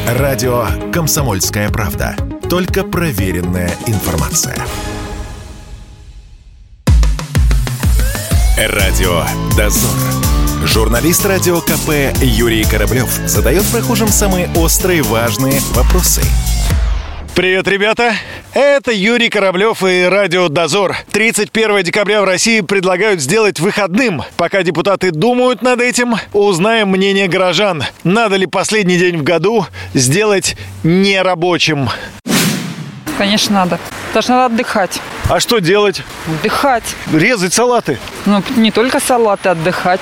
Радио «Комсомольская правда». Только проверенная информация. Радио «Дозор». Журналист радио КП Юрий Кораблев задает прохожим самые острые важные вопросы. Привет, ребята! Это Юрий Кораблев и Радио Дозор. 31 декабря в России предлагают сделать выходным. Пока депутаты думают над этим, узнаем мнение горожан. Надо ли последний день в году сделать нерабочим? Конечно, надо. Потому что надо отдыхать. А что делать? Отдыхать. Резать салаты? Ну, не только салаты, отдыхать.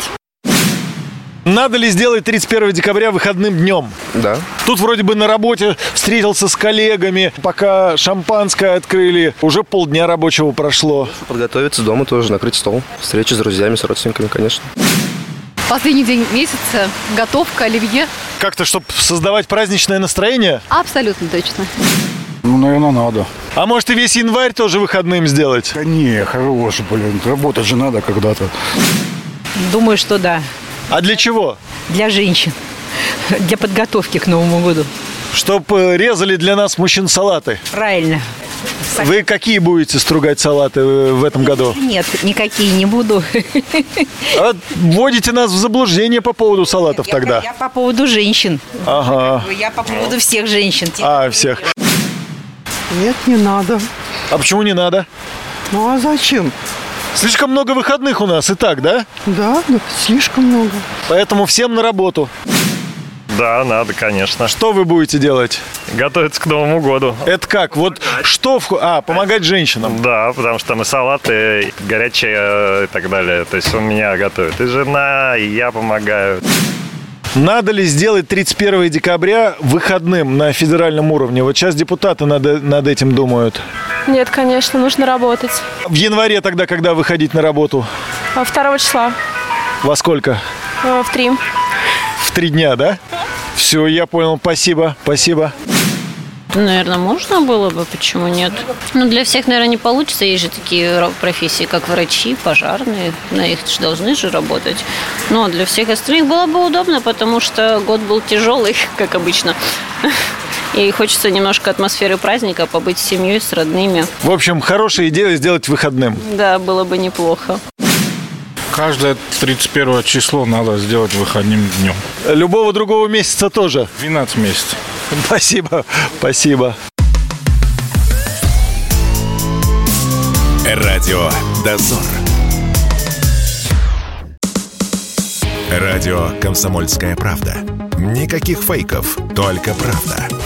Надо ли сделать 31 декабря выходным днем? Да. Тут вроде бы на работе встретился с коллегами, пока шампанское открыли. Уже полдня рабочего прошло. Подготовиться дома тоже, накрыть стол. Встречи с друзьями, с родственниками, конечно. Последний день месяца, готовка, оливье. Как-то, чтобы создавать праздничное настроение? Абсолютно точно. Ну, наверное, надо. А может и весь январь тоже выходным сделать? Да не, хорош, блин, работать же надо когда-то. Думаю, что да. А для чего? Для женщин. Для подготовки к Новому году. Чтоб резали для нас мужчин салаты. Правильно. Вы какие будете стругать салаты в этом году? Нет, никакие не буду. А вводите нас в заблуждение по поводу салатов тогда? Я по поводу женщин. Ага. Я по поводу всех женщин. Всех. Нет, не надо. А почему не надо? Ну а зачем? Слишком много выходных у нас и так, да? Да, слишком много. Поэтому всем на работу. Да, надо, конечно. Что вы будете делать? Готовиться к Новому году. Это как? Вот что помогать женщинам? Да, потому что там и салаты, и горячее и так далее. То есть он меня готовит. И жена, и я помогаю. Надо ли сделать 31 декабря выходным на федеральном уровне? Вот сейчас депутаты над этим думают. Нет, конечно, нужно работать. В январе тогда, когда выходить на работу? 2 числа. Во сколько? В 3. В 3 дня, да? Все, я понял, спасибо. Наверное, можно было бы, почему нет? Ну, для всех, наверное, не получится. Есть же такие профессии, как врачи, пожарные. На их же должны же работать. Но для всех остальных было бы удобно, потому что год был тяжелый, как обычно. И хочется немножко атмосферы праздника, побыть с семьей, с родными. В общем, хорошая идея сделать выходным. Да, было бы неплохо. Каждое 31 число надо сделать выходным днем. Любого другого месяца тоже? 12 месяцев. Спасибо. Радио «Дозор». Радио «Комсомольская правда». Никаких фейков, только правда.